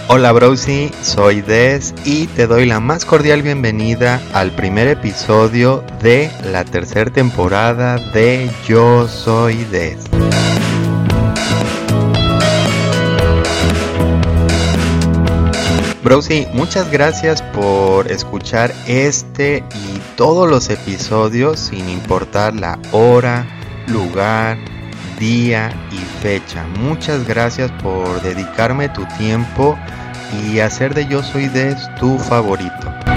Hola Browsy, soy Des y te doy la más cordial bienvenida al primer episodio de la tercera temporada de Yo Soy Des. Browsy, muchas gracias por escuchar este y todos los episodios sin importar la hora, lugar, día y fecha. Muchas gracias por dedicarme tu tiempo y hacer de Yo Soy Des tu favorito.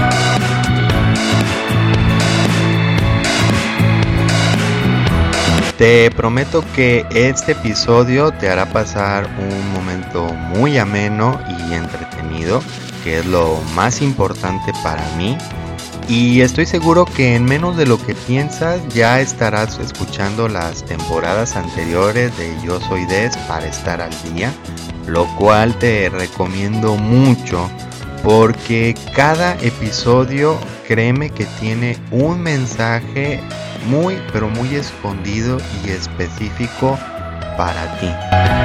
Te prometo que este episodio te hará pasar un momento muy ameno y entretenido, que es lo más importante para mí. Y estoy seguro que en menos de lo que piensas ya estarás escuchando las temporadas anteriores de Yo Soy Des para estar al día, lo cual te recomiendo mucho porque cada episodio, créeme que tiene un mensaje muy pero muy escondido y específico para ti.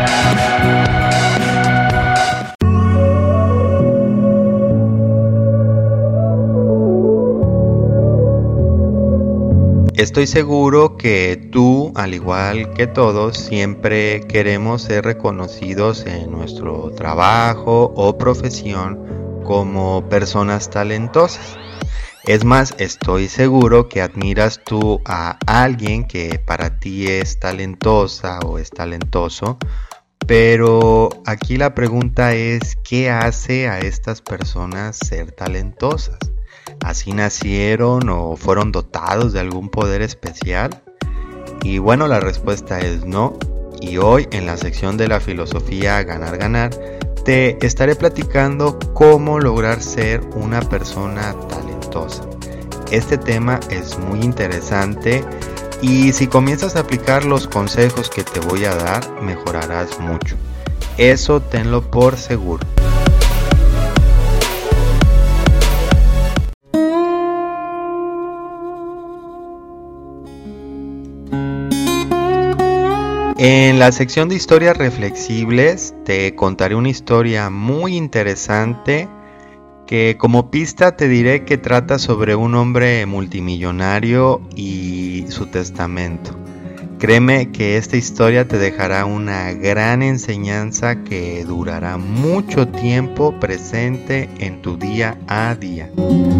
Estoy seguro que tú, al igual que todos, siempre queremos ser reconocidos en nuestro trabajo o profesión como personas talentosas. Es más, estoy seguro que admiras tú a alguien que para ti es talentosa o es talentoso, pero aquí la pregunta es, ¿qué hace a estas personas ser talentosas? ¿Así nacieron o fueron dotados de algún poder especial? Y bueno, la respuesta es no. Y hoy en la sección de la filosofía Ganar-Ganar te estaré platicando cómo lograr ser una persona talentosa. Este tema es muy interesante y si comienzas a aplicar los consejos que te voy a dar, mejorarás mucho. Eso tenlo por seguro. En la sección de historias reflexibles te contaré una historia muy interesante que como pista te diré que trata sobre un hombre multimillonario y su testamento. Créeme que esta historia te dejará una gran enseñanza que durará mucho tiempo presente en tu día a día.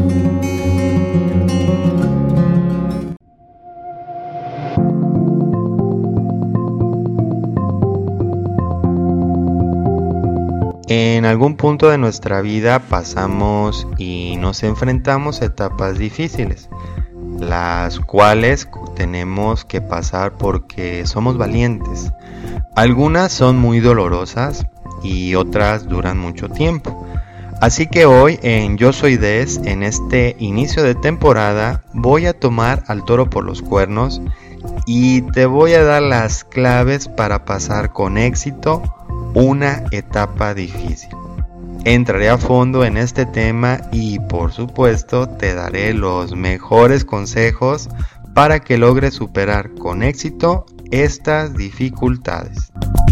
En algún punto de nuestra vida pasamos y nos enfrentamos a etapas difíciles, las cuales tenemos que pasar porque somos valientes. Algunas son muy dolorosas y otras duran mucho tiempo. Así que hoy en Yo Soy Des, en este inicio de temporada, voy a tomar al toro por los cuernos y te voy a dar las claves para pasar con éxito una etapa difícil. Entraré a fondo en este tema y por supuesto te daré los mejores consejos para que logres superar con éxito estas dificultades.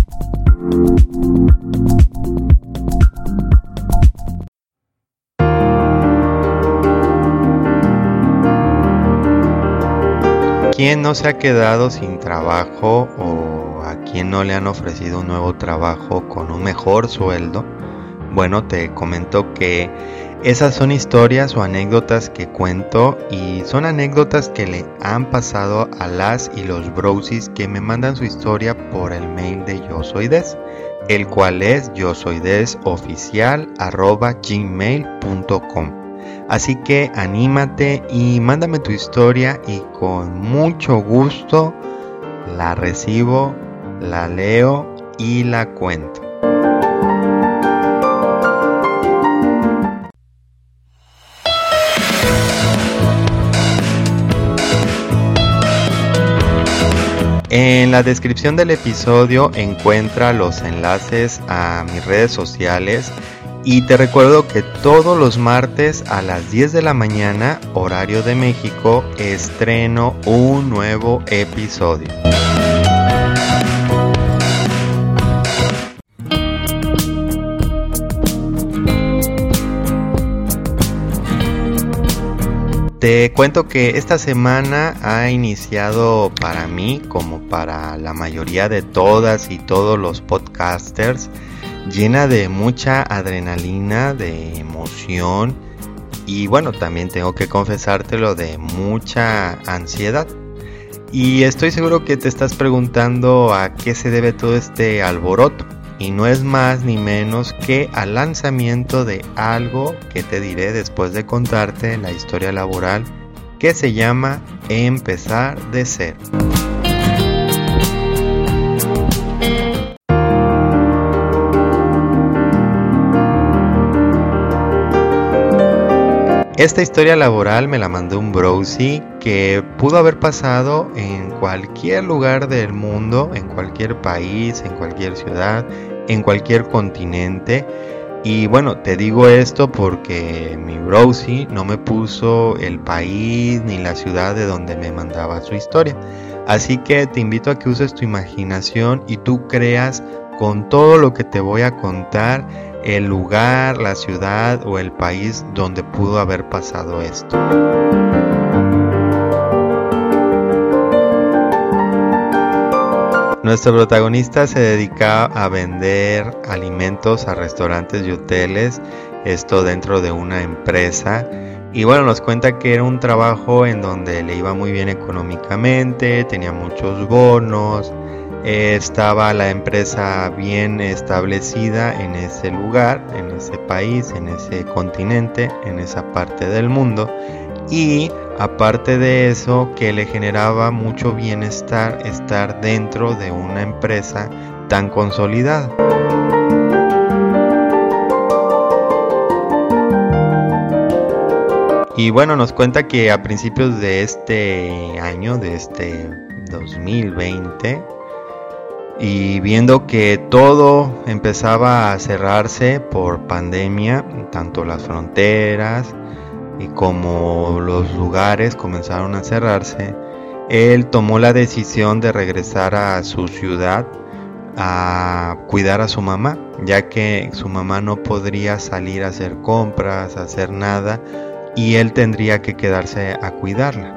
¿Quién no se ha quedado sin trabajo o a quién no le han ofrecido un nuevo trabajo con un mejor sueldo? Bueno, te comento que esas son historias o anécdotas que cuento y son anécdotas que le han pasado a las y los browsies que me mandan su historia por el mail de Yo Soy Des, el cual es yosoydesoficial@gmail.com. Así que anímate y mándame tu historia y con mucho gusto la recibo, la leo y la cuento. En la descripción del episodio encuentra los enlaces a mis redes sociales y te recuerdo que todos los martes a las 10 de la mañana, horario de México, estreno un nuevo episodio. Te cuento que esta semana ha iniciado para mí, como para la mayoría de todas y todos los podcasters, llena de mucha adrenalina, de emoción y bueno, también tengo que confesártelo, de mucha ansiedad. Y estoy seguro que te estás preguntando a qué se debe todo este alboroto. Y no es más ni menos que al lanzamiento de algo que te diré después de contarte la historia laboral, que se llama Empezar de Cero. Esta historia laboral me la mandó un browsie que pudo haber pasado en cualquier lugar del mundo, en cualquier país, en cualquier ciudad, en cualquier continente. Y bueno, te digo esto porque mi browsie no me puso el país ni la ciudad de donde me mandaba su historia. Así que te invito a que uses tu imaginación y tú creas con todo lo que te voy a contar el lugar, la ciudad o el país donde pudo haber pasado esto. Nuestro protagonista se dedica a vender alimentos a restaurantes y hoteles, esto dentro de una empresa. Y bueno, nos cuenta que era un trabajo en donde le iba muy bien económicamente, tenía muchos bonos, estaba la empresa bien establecida en ese lugar, en ese país, en ese continente, en esa parte del mundo. Y aparte de eso, que le generaba mucho bienestar estar dentro de una empresa tan consolidada. Y bueno, nos cuenta que a principios de este año, de este 2020, y viendo que todo empezaba a cerrarse por pandemia, tanto las fronteras y como los lugares comenzaron a cerrarse, él tomó la decisión de regresar a su ciudad a cuidar a su mamá, ya que su mamá no podría salir a hacer compras, a hacer nada, y él tendría que quedarse a cuidarla.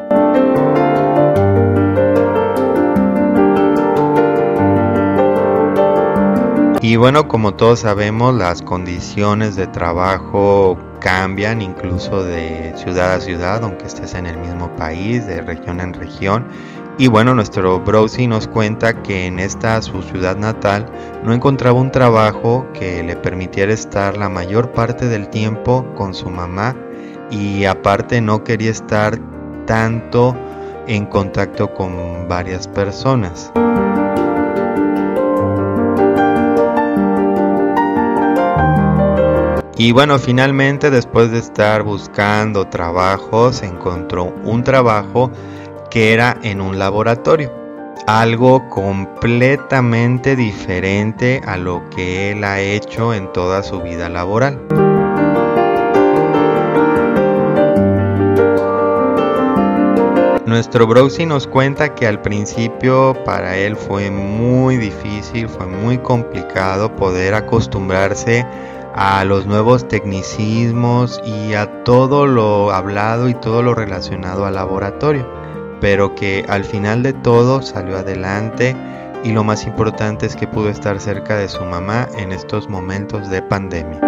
Y bueno, como todos sabemos, las condiciones de trabajo cambian incluso de ciudad a ciudad, aunque estés en el mismo país, de región en región. Y bueno, nuestro browsie nos cuenta que en esta su ciudad natal no encontraba un trabajo que le permitiera estar la mayor parte del tiempo con su mamá, y aparte no quería estar tanto en contacto con varias personas. Y bueno, finalmente, después de estar buscando trabajos, encontró un trabajo que era en un laboratorio, algo completamente diferente a lo que él ha hecho en toda su vida laboral. Nuestro browsie nos cuenta que al principio para él fue muy difícil, fue muy complicado poder acostumbrarse a los nuevos tecnicismos y a todo lo hablado y todo lo relacionado al laboratorio, pero que al final de todo salió adelante, y lo más importante es que pudo estar cerca de su mamá en estos momentos de pandemia.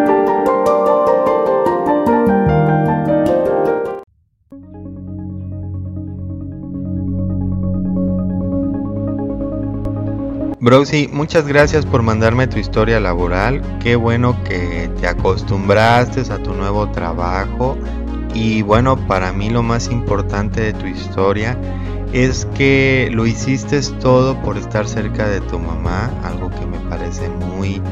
Browsie, muchas gracias por mandarme tu historia laboral. Qué bueno que te acostumbraste a tu nuevo trabajo. Y bueno, para mí lo más importante de tu historia es que lo hiciste todo por estar cerca de tu mamá, algo que me parece muy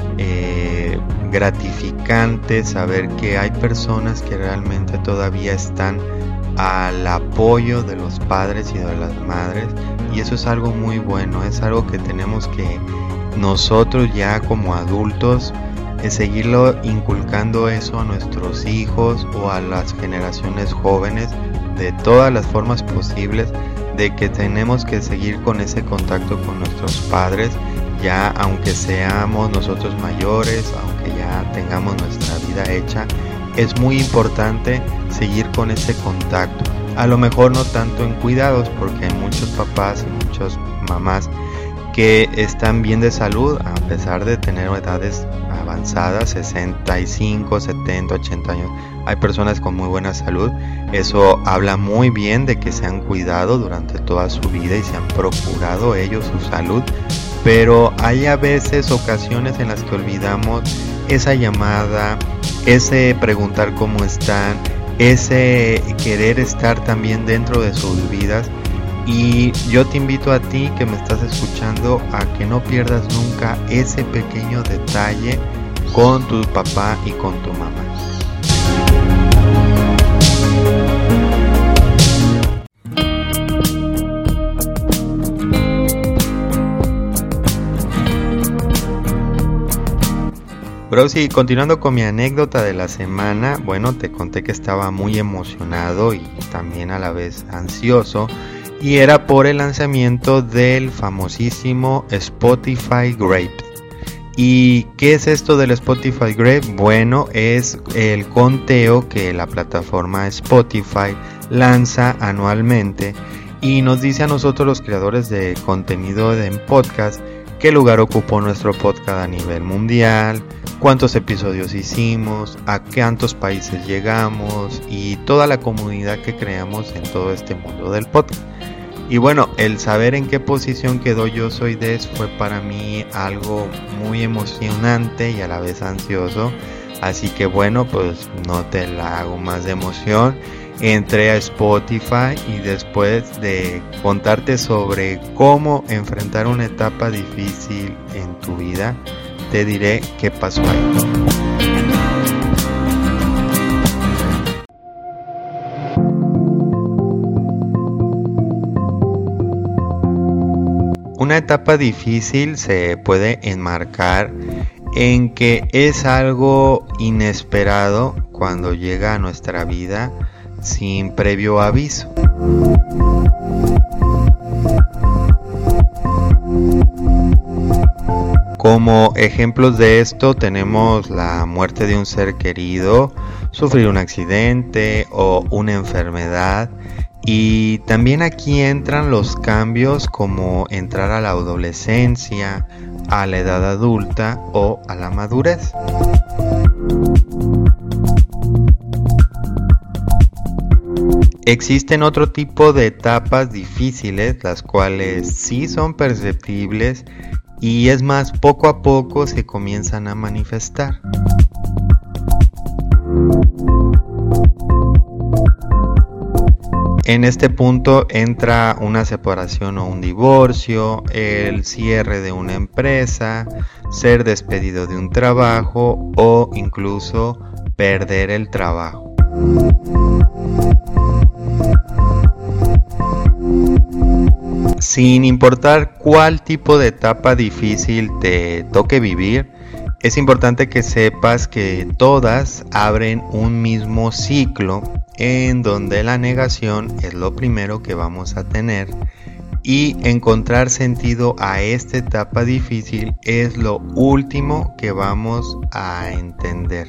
gratificante, saber que hay personas que realmente todavía están al apoyo de los padres y de las madres, y eso es algo muy bueno, es algo que tenemos que nosotros ya como adultos seguirlo inculcando eso a nuestros hijos o a las generaciones jóvenes de todas las formas posibles, de que tenemos que seguir con ese contacto con nuestros padres, ya aunque seamos nosotros mayores, aunque ya tengamos nuestra vida hecha. es muy importante seguir con ese contacto. A lo mejor no tanto en cuidados, porque hay muchos papás y muchas mamás que están bien de salud a pesar de tener edades avanzadas, 65, 70, 80 años. Hay personas con muy buena salud. Eso habla muy bien de que se han cuidado durante toda su vida y se han procurado ellos su salud. Pero hay a veces ocasiones en las que olvidamos esa llamada, ese preguntar cómo están, ese querer estar también dentro de sus vidas. Y yo te invito a ti que me estás escuchando a que no pierdas nunca ese pequeño detalle con tu papá y con tu mamá. Bros, y continuando con mi anécdota de la semana, bueno, te conté que estaba muy emocionado y también a la vez ansioso, y era por el lanzamiento del famosísimo Spotify Grapes. ¿Y qué es esto del Spotify Grapes? Bueno, es el conteo que la plataforma Spotify lanza anualmente y nos dice a nosotros, los creadores de contenido en podcast, qué lugar ocupó nuestro podcast a nivel mundial, cuántos episodios hicimos, a cuántos países llegamos y toda la comunidad que creamos en todo este mundo del podcast. Y bueno, el saber en qué posición quedó Yo Soy Des fue para mí algo muy emocionante y a la vez ansioso. Así que bueno, pues no te la hago más de emoción. Entré a Spotify y después de contarte sobre cómo enfrentar una etapa difícil en tu vida, te diré qué pasó ahí. Una etapa difícil se puede enmarcar en que es algo inesperado cuando llega a nuestra vida sin previo aviso. Como ejemplos de esto tenemos la muerte de un ser querido, sufrir un accidente o una enfermedad. Y también aquí entran los cambios como entrar a la adolescencia, a la edad adulta o a la madurez. Existen otro tipo de etapas difíciles, las cuales sí son perceptibles y es más, poco a poco se comienzan a manifestar. En este punto entra una separación o un divorcio, el cierre de una empresa, ser despedido de un trabajo o incluso perder el trabajo. Sin importar cuál tipo de etapa difícil te toque vivir, es importante que sepas que todas abren un mismo ciclo en donde la negación es lo primero que vamos a tener y encontrar sentido a esta etapa difícil es lo último que vamos a entender.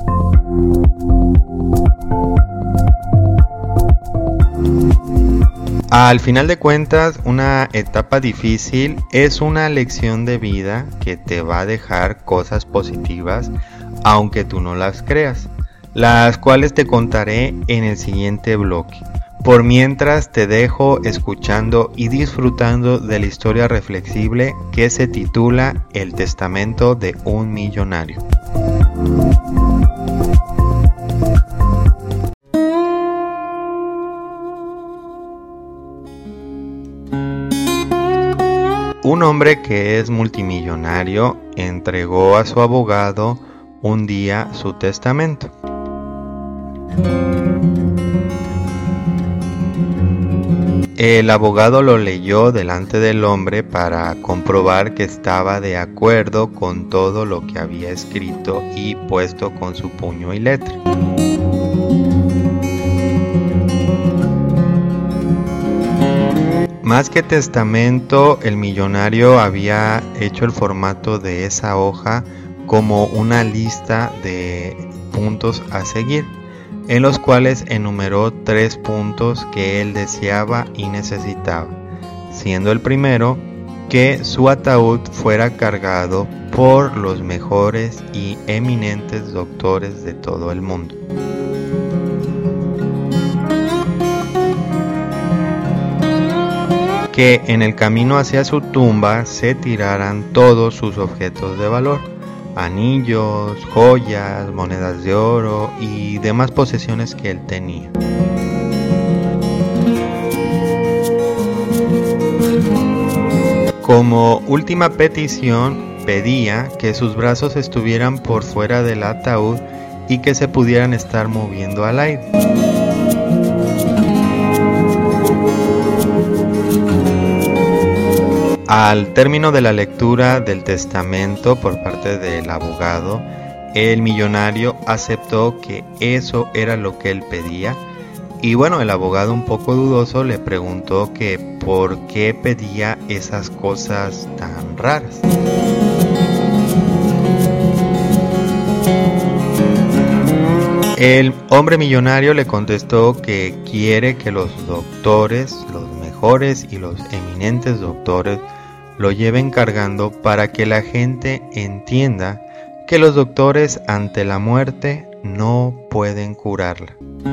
Al final de cuentas, una etapa difícil es una lección de vida que te va a dejar cosas positivas, aunque tú no las creas, las cuales te contaré en el siguiente bloque. Por mientras te dejo escuchando y disfrutando de la historia reflexible que se titula El testamento de un millonario. Un hombre que es multimillonario entregó a su abogado un día su testamento. El abogado lo leyó delante del hombre para comprobar que estaba de acuerdo con todo lo que había escrito y puesto con su puño y letra. Más que testamento, el millonario había hecho el formato de esa hoja como una lista de puntos a seguir, en los cuales enumeró 3 puntos que él deseaba y necesitaba, siendo el primero que su ataúd fuera cargado por los mejores y eminentes doctores de todo el mundo. Que en el camino hacia su tumba se tiraran todos sus objetos de valor, anillos, joyas, monedas de oro y demás posesiones que él tenía. Como última petición, pedía que sus brazos estuvieran por fuera del ataúd y que se pudieran estar moviendo al aire. Al término de la lectura del testamento por parte del abogado, el millonario aceptó que eso era lo que él pedía. Y bueno, el abogado, un poco dudoso, le preguntó que por qué pedía esas cosas tan raras. El hombre millonario le contestó que quiere que los doctores, los mejores y los eminentes doctores, lo lleven cargando para que la gente entienda que los doctores ante la muerte no pueden curarla.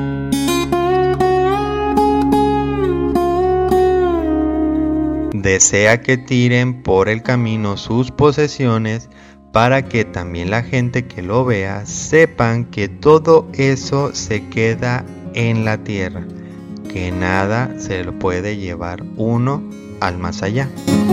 Desea que tiren por el camino sus posesiones para que también la gente que lo vea sepan que todo eso se queda en la tierra, que nada se lo puede llevar uno al más allá.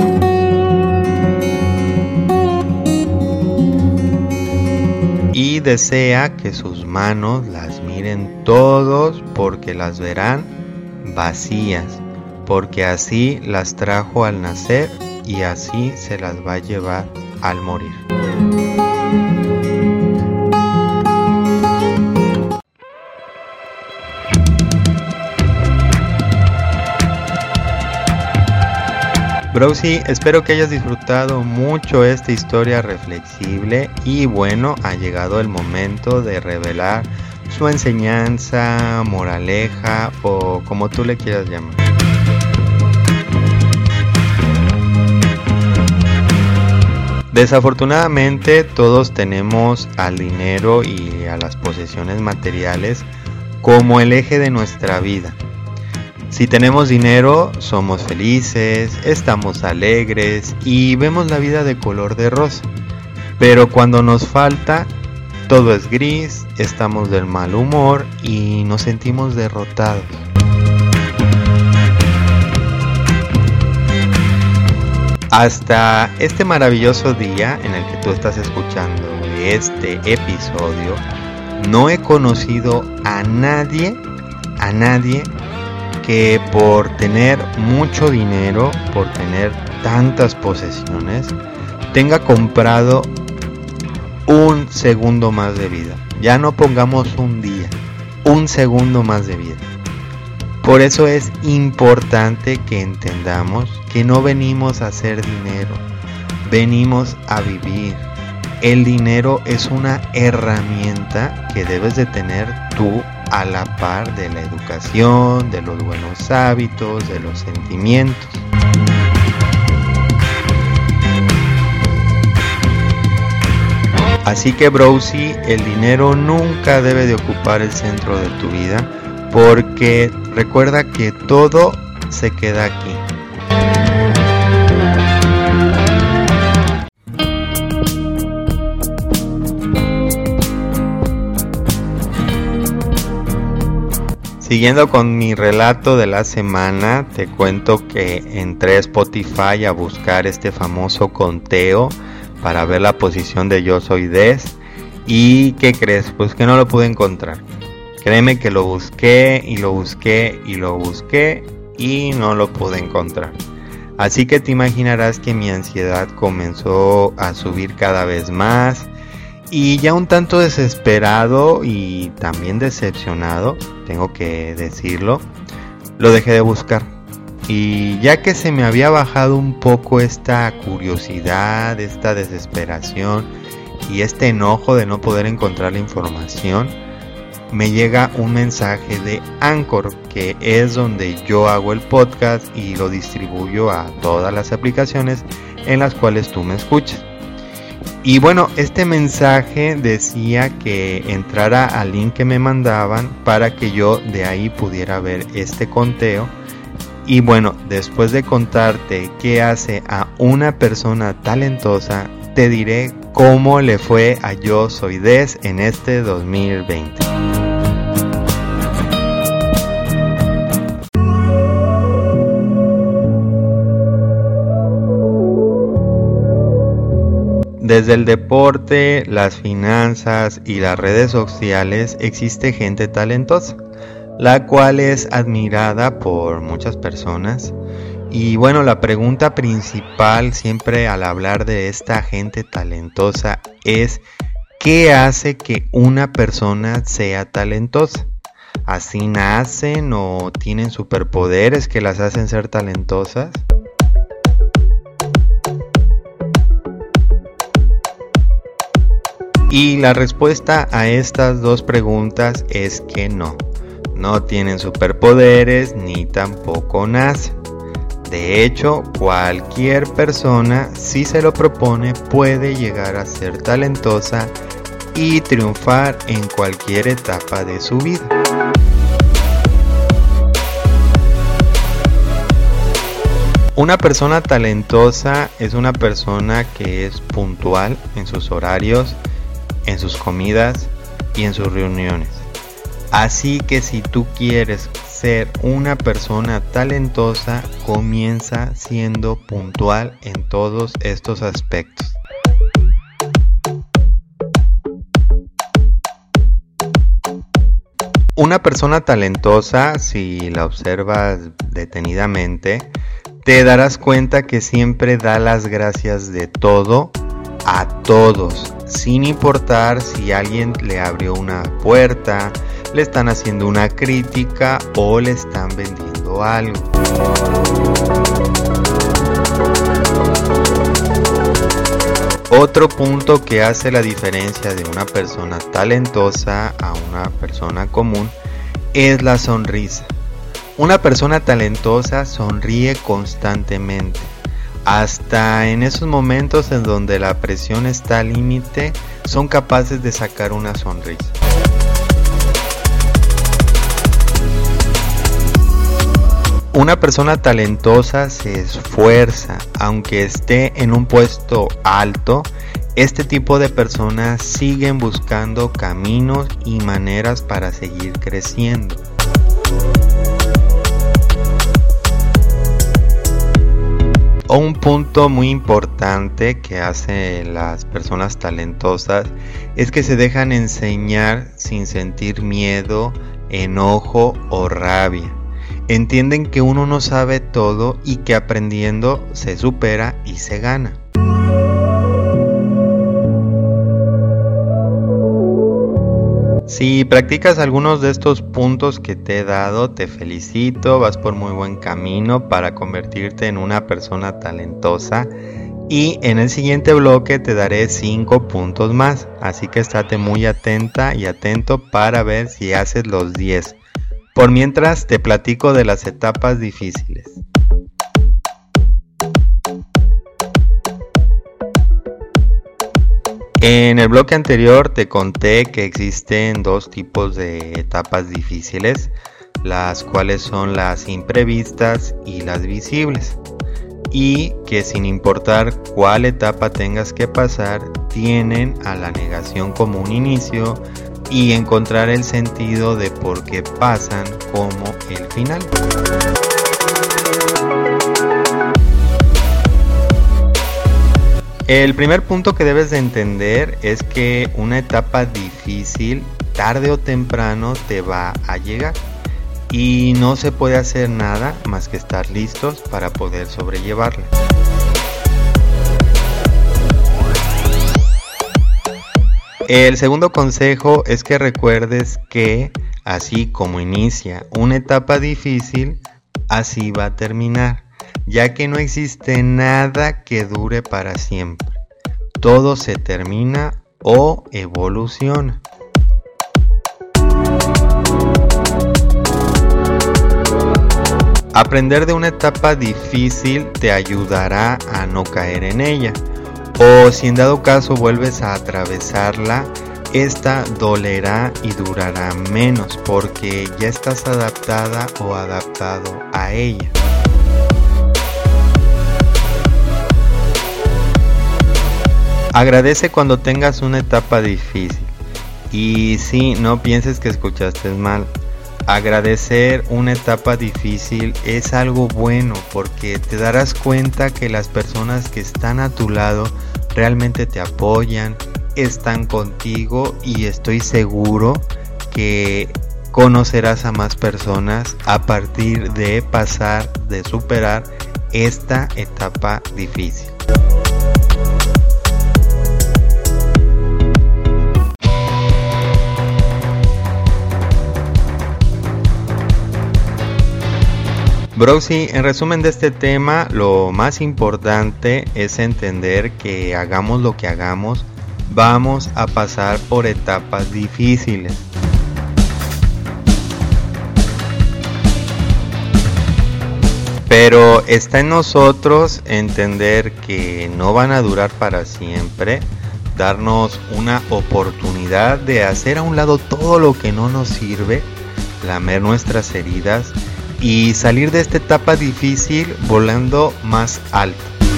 Y desea que sus manos las miren todos porque las verán vacías, porque así las trajo al nacer y así se las va a llevar al morir. Browsy, espero que hayas disfrutado mucho esta historia reflexible y bueno, ha llegado el momento de revelar su enseñanza, moraleja o como tú le quieras llamar. Desafortunadamente todos tenemos al dinero y a las posesiones materiales como el eje de nuestra vida. Si tenemos dinero, somos felices, estamos alegres y vemos la vida de color de rosa. Pero cuando nos falta, todo es gris, estamos del mal humor y nos sentimos derrotados. Hasta este maravilloso día en el que tú estás escuchando este episodio, no he conocido a nadie que por tener mucho dinero, por tener tantas posesiones, tenga comprado un segundo más de vida. Ya no pongamos un día, un segundo más de vida. Por eso es importante que entendamos que no venimos a hacer dinero, venimos a vivir. El dinero es una herramienta que debes de tener tú a la par de la educación, de los buenos hábitos, de los sentimientos. Así que Browsy, el dinero nunca debe de ocupar el centro de tu vida, porque recuerda que todo se queda aquí. Siguiendo con mi relato de la semana, te cuento que entré a Spotify a buscar este famoso conteo para ver la posición de Yo Soy Des. ¿Y qué crees? Pues que no lo pude encontrar. Créeme que lo busqué y lo busqué y lo busqué y no lo pude encontrar. Así que te imaginarás que mi ansiedad comenzó a subir cada vez más. Y ya un tanto desesperado y también decepcionado, tengo que decirlo, lo dejé de buscar. Y ya que se me había bajado un poco esta curiosidad, esta desesperación y este enojo de no poder encontrar la información, me llega un mensaje de Anchor, que es donde yo hago el podcast y lo distribuyo a todas las aplicaciones en las cuales tú me escuchas. Y bueno, este mensaje decía que entrara al link que me mandaban para que yo de ahí pudiera ver este conteo. Y bueno, después de contarte qué hace a una persona talentosa, te diré cómo le fue a Yo Soy Des en este 2020. Desde el deporte, las finanzas y las redes sociales existe gente talentosa, la cual es admirada por muchas personas. Y bueno, la pregunta principal siempre al hablar de esta gente talentosa es: ¿qué hace que una persona sea talentosa? ¿Así nacen o tienen superpoderes que las hacen ser talentosas? Y la respuesta a estas dos preguntas es que no tienen superpoderes ni tampoco nacen. De hecho, cualquier persona, si se lo propone, puede llegar a ser talentosa y triunfar en cualquier etapa de su vida. Una persona talentosa es una persona que es puntual en sus horarios, en sus comidas y en sus reuniones. Así que si tú quieres ser una persona talentosa, comienza siendo puntual en todos estos aspectos. Una persona talentosa, si la observas detenidamente, te darás cuenta que siempre da las gracias de todo a todos, sin importar si alguien le abrió una puerta, le están haciendo una crítica o le están vendiendo algo. Otro punto que hace la diferencia de una persona talentosa a una persona común es la sonrisa. Una persona talentosa sonríe constantemente. Hasta en esos momentos en donde la presión está al límite, son capaces de sacar una sonrisa. Una persona talentosa se esfuerza, aunque esté en un puesto alto. Este tipo de personas siguen buscando caminos y maneras para seguir creciendo. Un punto muy importante que hacen las personas talentosas es que se dejan enseñar sin sentir miedo, enojo o rabia. Entienden que uno no sabe todo y que aprendiendo se supera y se gana. Si practicas algunos de estos puntos que te he dado, te felicito, vas por muy buen camino para convertirte en una persona talentosa. Y en el siguiente bloque te daré 5 puntos más, así que estate muy atenta y atento para ver si haces los 10. Por mientras te platico de las etapas difíciles. En el bloque anterior te conté que existen 2 tipos de etapas difíciles, las cuales son las imprevistas y las visibles, y que sin importar cuál etapa tengas que pasar, tienen a la negación como un inicio y encontrar el sentido de por qué pasan como el final. El primer punto que debes de entender es que una etapa difícil tarde o temprano te va a llegar y no se puede hacer nada más que estar listos para poder sobrellevarla. El segundo consejo es que recuerdes que así como inicia una etapa difícil, así va a terminar, ya que no existe nada que dure para siempre. Todo se termina o evoluciona. Aprender de una etapa difícil te ayudará a no caer en ella, o si en dado caso vuelves a atravesarla, esta dolerá y durará menos porque ya estás adaptada o adaptado a ella. Agradece cuando tengas una etapa difícil. Y sí, no pienses que escuchaste mal. Agradecer una etapa difícil es algo bueno porque te darás cuenta que las personas que están a tu lado realmente te apoyan, están contigo y estoy seguro que conocerás a más personas a partir de superar esta etapa difícil. Browsy, en resumen de este tema, lo más importante es entender que hagamos lo que hagamos, vamos a pasar por etapas difíciles. Pero está en nosotros entender que no van a durar para siempre, darnos una oportunidad de hacer a un lado todo lo que no nos sirve, lamer nuestras heridas y salir de esta etapa difícil volando más alto.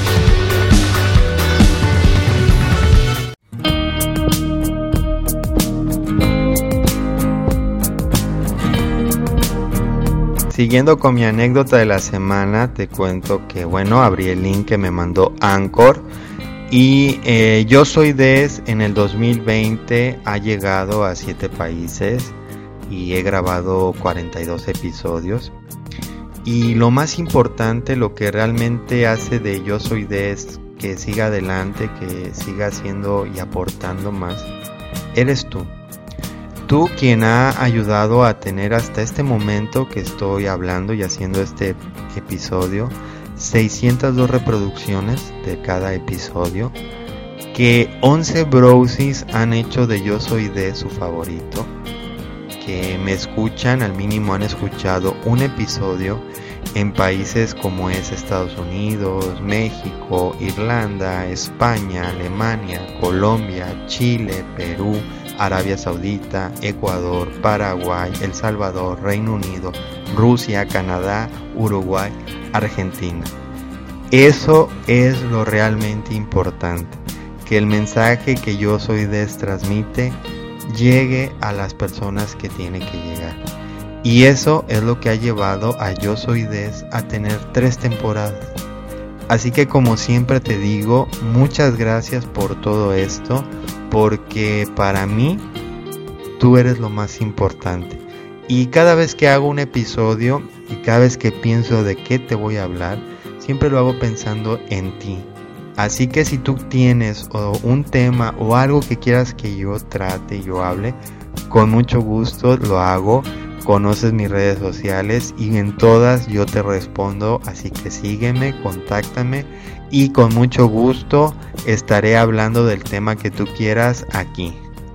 Siguiendo con mi anécdota de la semana, te cuento que abrí el link que me mandó Anchor y Yo Soy Des en el 2020 ha llegado a 7 países y he grabado 42 episodios. Y lo más importante, lo que realmente hace de Yo Soy Des que siga adelante, que siga haciendo y aportando más, eres tú. Tú quien ha ayudado a tener hasta este momento que estoy hablando y haciendo este episodio 602 reproducciones de cada episodio, que 11 browsies han hecho de Yo Soy Des su favorito, que me escuchan, al mínimo han escuchado un episodio en países como es Estados Unidos, México, Irlanda, España, Alemania, Colombia, Chile, Perú, Arabia Saudita, Ecuador, Paraguay, El Salvador, Reino Unido, Rusia, Canadá, Uruguay, Argentina. Eso es lo realmente importante, que el mensaje que Yo Soy Des transmite llegue a las personas que tiene que llegar. Y eso es lo que ha llevado a Yo Soy Des a tener 3 temporadas. Así que como siempre te digo, muchas gracias por todo esto, porque para mí tú eres lo más importante. Y cada vez que hago un episodio y cada vez que pienso de qué te voy a hablar, siempre lo hago pensando en ti. Así que si tú tienes un tema o algo que quieras que yo trate y yo hable, con mucho gusto lo hago. Conoces mis redes sociales y en todas yo te respondo, así que sígueme, contáctame y con mucho gusto estaré hablando del tema que tú quieras aquí.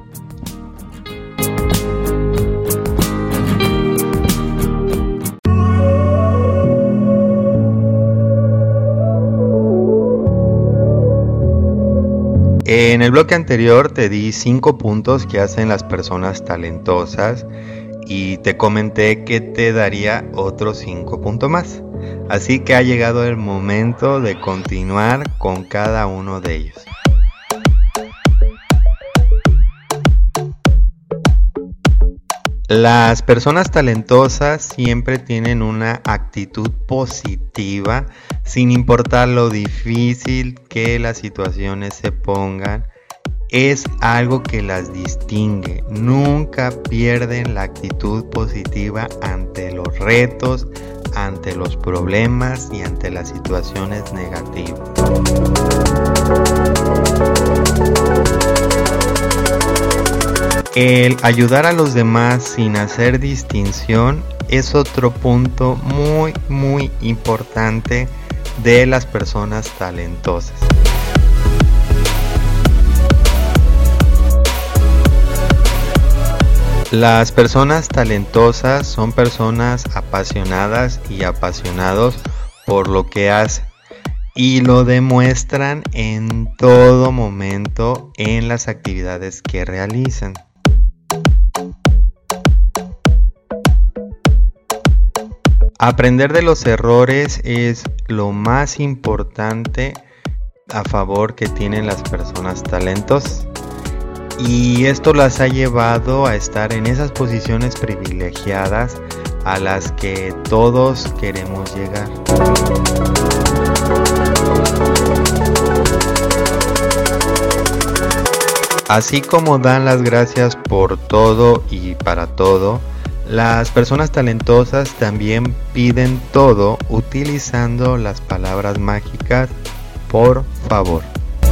En el bloque anterior te di 5 puntos que hacen las personas talentosas y te comenté que te daría otros 5 puntos más. Así que ha llegado el momento de continuar con cada uno de ellos. Las personas talentosas siempre tienen una actitud positiva, sin importar lo difícil que las situaciones se pongan. Es algo que las distingue. Nunca pierden la actitud positiva ante los retos, ante los problemas y ante las situaciones negativas. El ayudar a los demás sin hacer distinción es otro punto muy importante de las personas talentosas. Las personas talentosas son personas apasionadas y apasionados por lo que hacen y lo demuestran en todo momento en las actividades que realizan. Aprender de los errores es lo más importante a favor que tienen las personas talentosas. Y esto las ha llevado a estar en esas posiciones privilegiadas a las que todos queremos llegar. Así como dan las gracias por todo y para todo, las personas talentosas también piden todo utilizando las palabras mágicas por favor.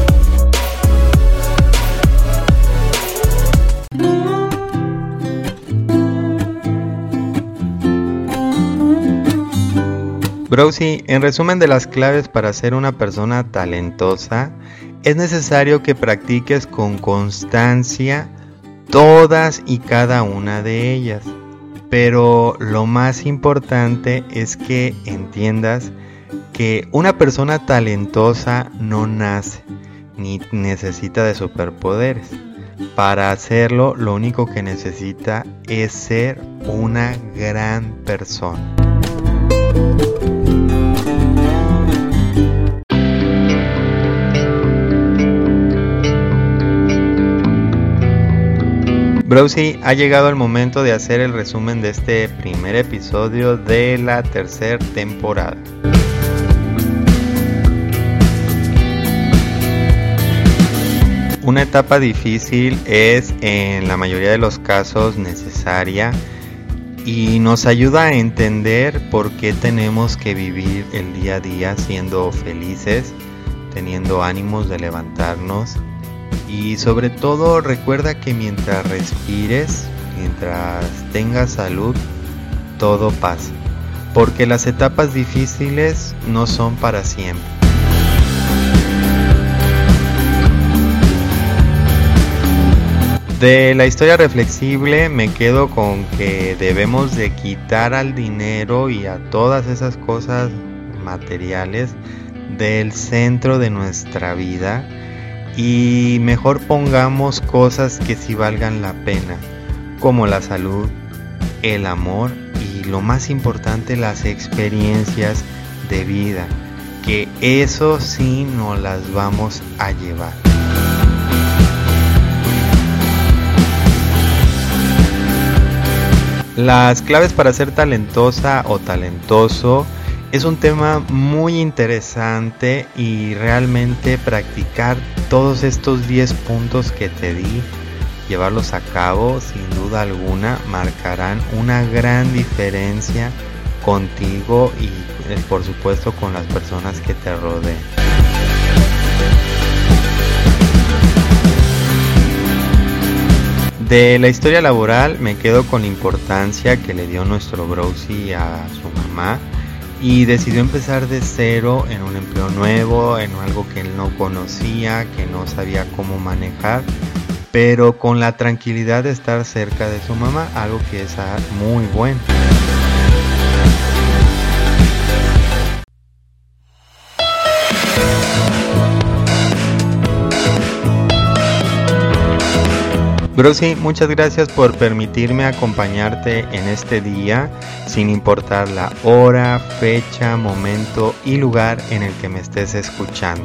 Browsy, en resumen de las claves para ser una persona talentosa, es necesario que practiques con constancia todas y cada una de ellas. Pero lo más importante es que entiendas que una persona talentosa no nace ni necesita de superpoderes. Para hacerlo, lo único que necesita es ser una gran persona. Browsy, ha llegado el momento de hacer el resumen de este primer episodio de la tercera temporada. Una etapa difícil es en la mayoría de los casos necesaria y nos ayuda a entender por qué tenemos que vivir el día a día siendo felices, teniendo ánimos de levantarnos. Y sobre todo recuerda que mientras respires, mientras tengas salud, todo pasa. Porque las etapas difíciles no son para siempre. De la historia reflexible me quedo con que debemos de quitar al dinero y a todas esas cosas materiales del centro de nuestra vida. Y mejor pongamos cosas que sí valgan la pena, como la salud, el amor y lo más importante, las experiencias de vida, que eso sí nos las vamos a llevar. Las claves para ser talentosa o talentoso es un tema muy interesante y realmente practicar todos estos 10 puntos que te di, llevarlos a cabo sin duda alguna marcarán una gran diferencia contigo y por supuesto con las personas que te rodeen. De la historia laboral me quedo con la importancia que le dio nuestro Browsy a su mamá y decidió empezar de cero en un empleo nuevo, en algo que él no conocía, que no sabía cómo manejar, pero con la tranquilidad de estar cerca de su mamá, algo que es muy bueno. Browsy, muchas gracias por permitirme acompañarte en este día, sin importar la hora, fecha, momento y lugar en el que me estés escuchando.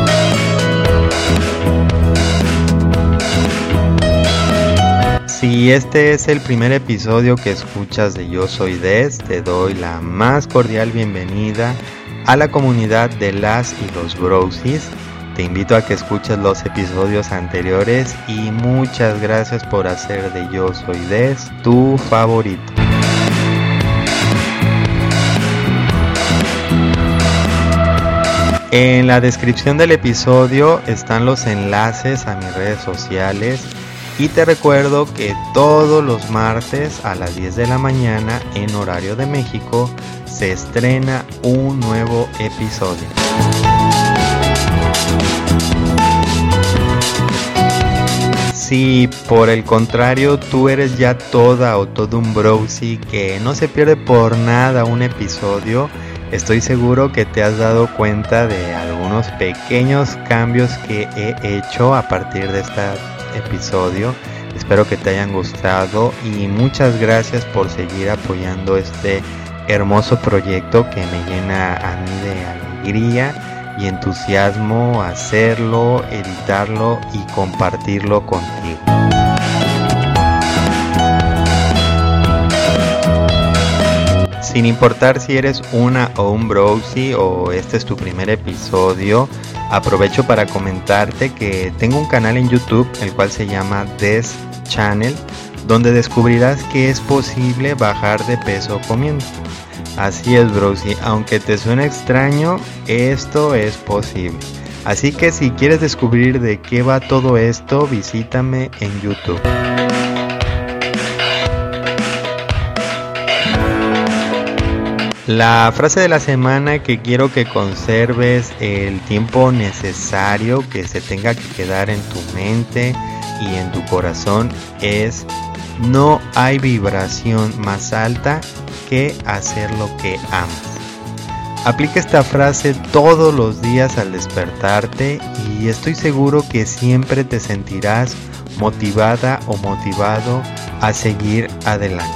Si este es el primer episodio que escuchas de Yo Soy Des, te doy la más cordial bienvenida a la comunidad de las y los Browsies. Te invito a que escuches los episodios anteriores y muchas gracias por hacer de Yo Soy Des tu favorito. En la descripción del episodio están los enlaces a mis redes sociales y te recuerdo que todos los martes a las 10 de la mañana en horario de México se estrena un nuevo episodio. Si por el contrario tú eres ya toda o todo un Brosi que no se pierde por nada un episodio, estoy seguro que te has dado cuenta de algunos pequeños cambios que he hecho a partir de este episodio. Espero que te hayan gustado y muchas gracias por seguir apoyando este hermoso proyecto que me llena a mí de alegría y entusiasmo hacerlo, editarlo y compartirlo contigo. Sin importar si eres una o un Brosi o este es tu primer episodio, aprovecho para comentarte que tengo un canal en YouTube, el cual se llama Des Channel, donde descubrirás que es posible bajar de peso comiendo. Así es, Brosi, aunque te suene extraño, esto es posible. Así que si quieres descubrir de qué va todo esto, visítame en YouTube. La frase de la semana que quiero que conserves el tiempo necesario que se tenga que quedar en tu mente y en tu corazón es: no hay vibración más alta que hacer lo que amas. Aplica esta frase todos los días al despertarte y estoy seguro que siempre te sentirás motivada o motivado a seguir adelante.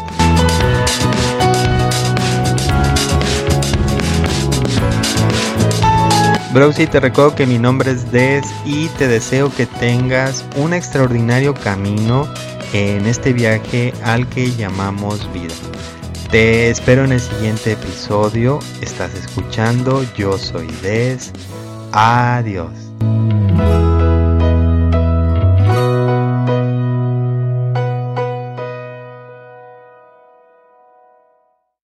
Brosi, te recuerdo que mi nombre es Des y te deseo que tengas un extraordinario camino en este viaje al que llamamos vida. Te espero en el siguiente episodio. Estás escuchando Yo Soy Des. Adiós.